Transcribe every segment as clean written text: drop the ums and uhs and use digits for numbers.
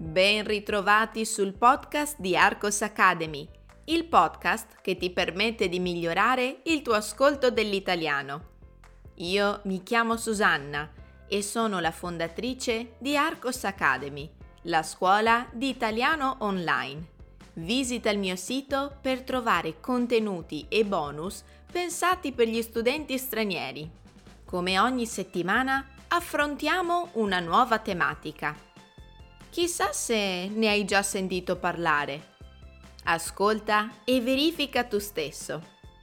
Ben ritrovati sul podcast di Arcos Academy, il podcast che ti permette di migliorare il tuo ascolto dell'italiano. Io mi chiamo Susanna e sono la fondatrice di Arcos Academy, la scuola di italiano online. Visita il mio sito per trovare contenuti e bonus pensati per gli studenti stranieri. Come ogni settimana affrontiamo una nuova tematica. Chissà se ne hai già sentito parlare. Ascolta e verifica tu stesso.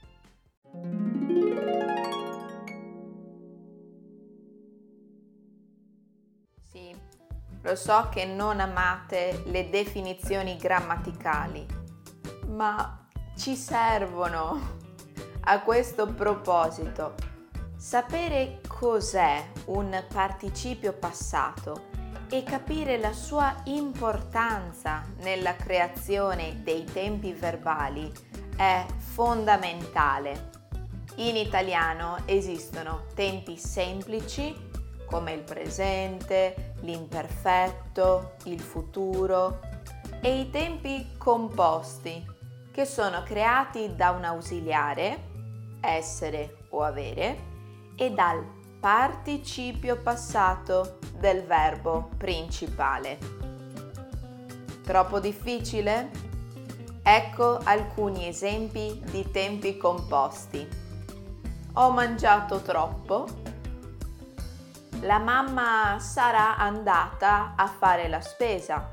Sì, lo so che non amate le definizioni grammaticali, ma ci servono. A questo proposito, sapere cos'è un participio passato e capire la sua importanza nella creazione dei tempi verbali è fondamentale. In italiano esistono tempi semplici come il presente, l'imperfetto, il futuro e i tempi composti che sono creati da un ausiliare, essere o avere, e dal participio passato del verbo principale. Troppo difficile? Ecco alcuni esempi di tempi composti. Ho mangiato troppo. La mamma sarà andata a fare la spesa.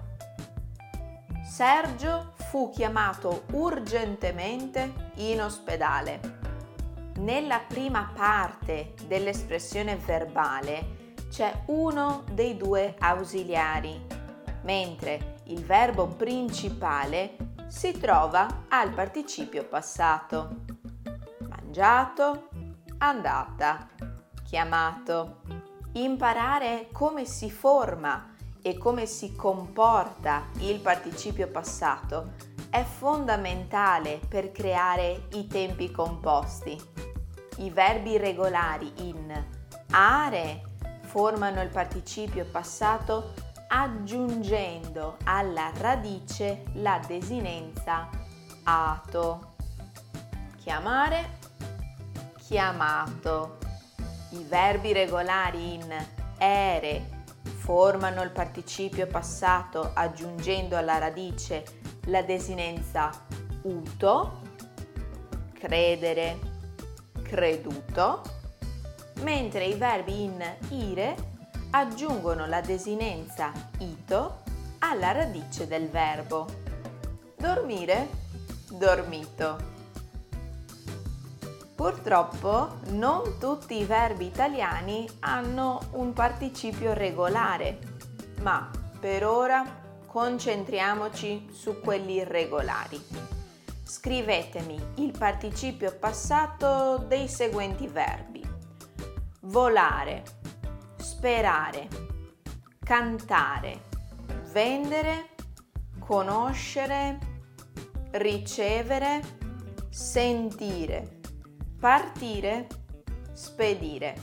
Sergio fu chiamato urgentemente in ospedale. Nella prima parte dell'espressione verbale c'è uno dei due ausiliari, mentre il verbo principale si trova al participio passato. Mangiato, andata, chiamato. Imparare come si forma e come si comporta il participio passato è fondamentale per creare i tempi composti. I verbi regolari in are formano il participio passato aggiungendo alla radice la desinenza ato. Chiamare, chiamato. I verbi regolari in ere formano il participio passato aggiungendo alla radice la desinenza uto, credere, creduto, mentre i verbi in ire aggiungono la desinenza ito alla radice del verbo. Dormire, dormito. Purtroppo non tutti i verbi italiani hanno un participio regolare, ma per ora concentriamoci su quelli irregolari. Scrivetemi il participio passato dei seguenti verbi: volare, sperare, cantare, vendere, conoscere, ricevere, sentire, partire, spedire.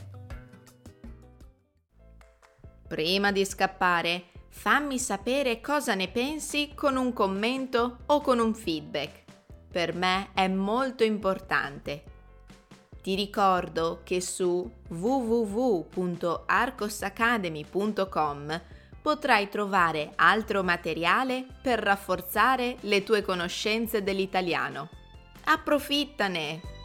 Prima di scappare, fammi sapere cosa ne pensi con un commento o con un feedback. Per me è molto importante. Ti ricordo che su www.arcosacademy.com potrai trovare altro materiale per rafforzare le tue conoscenze dell'italiano. Approfittane!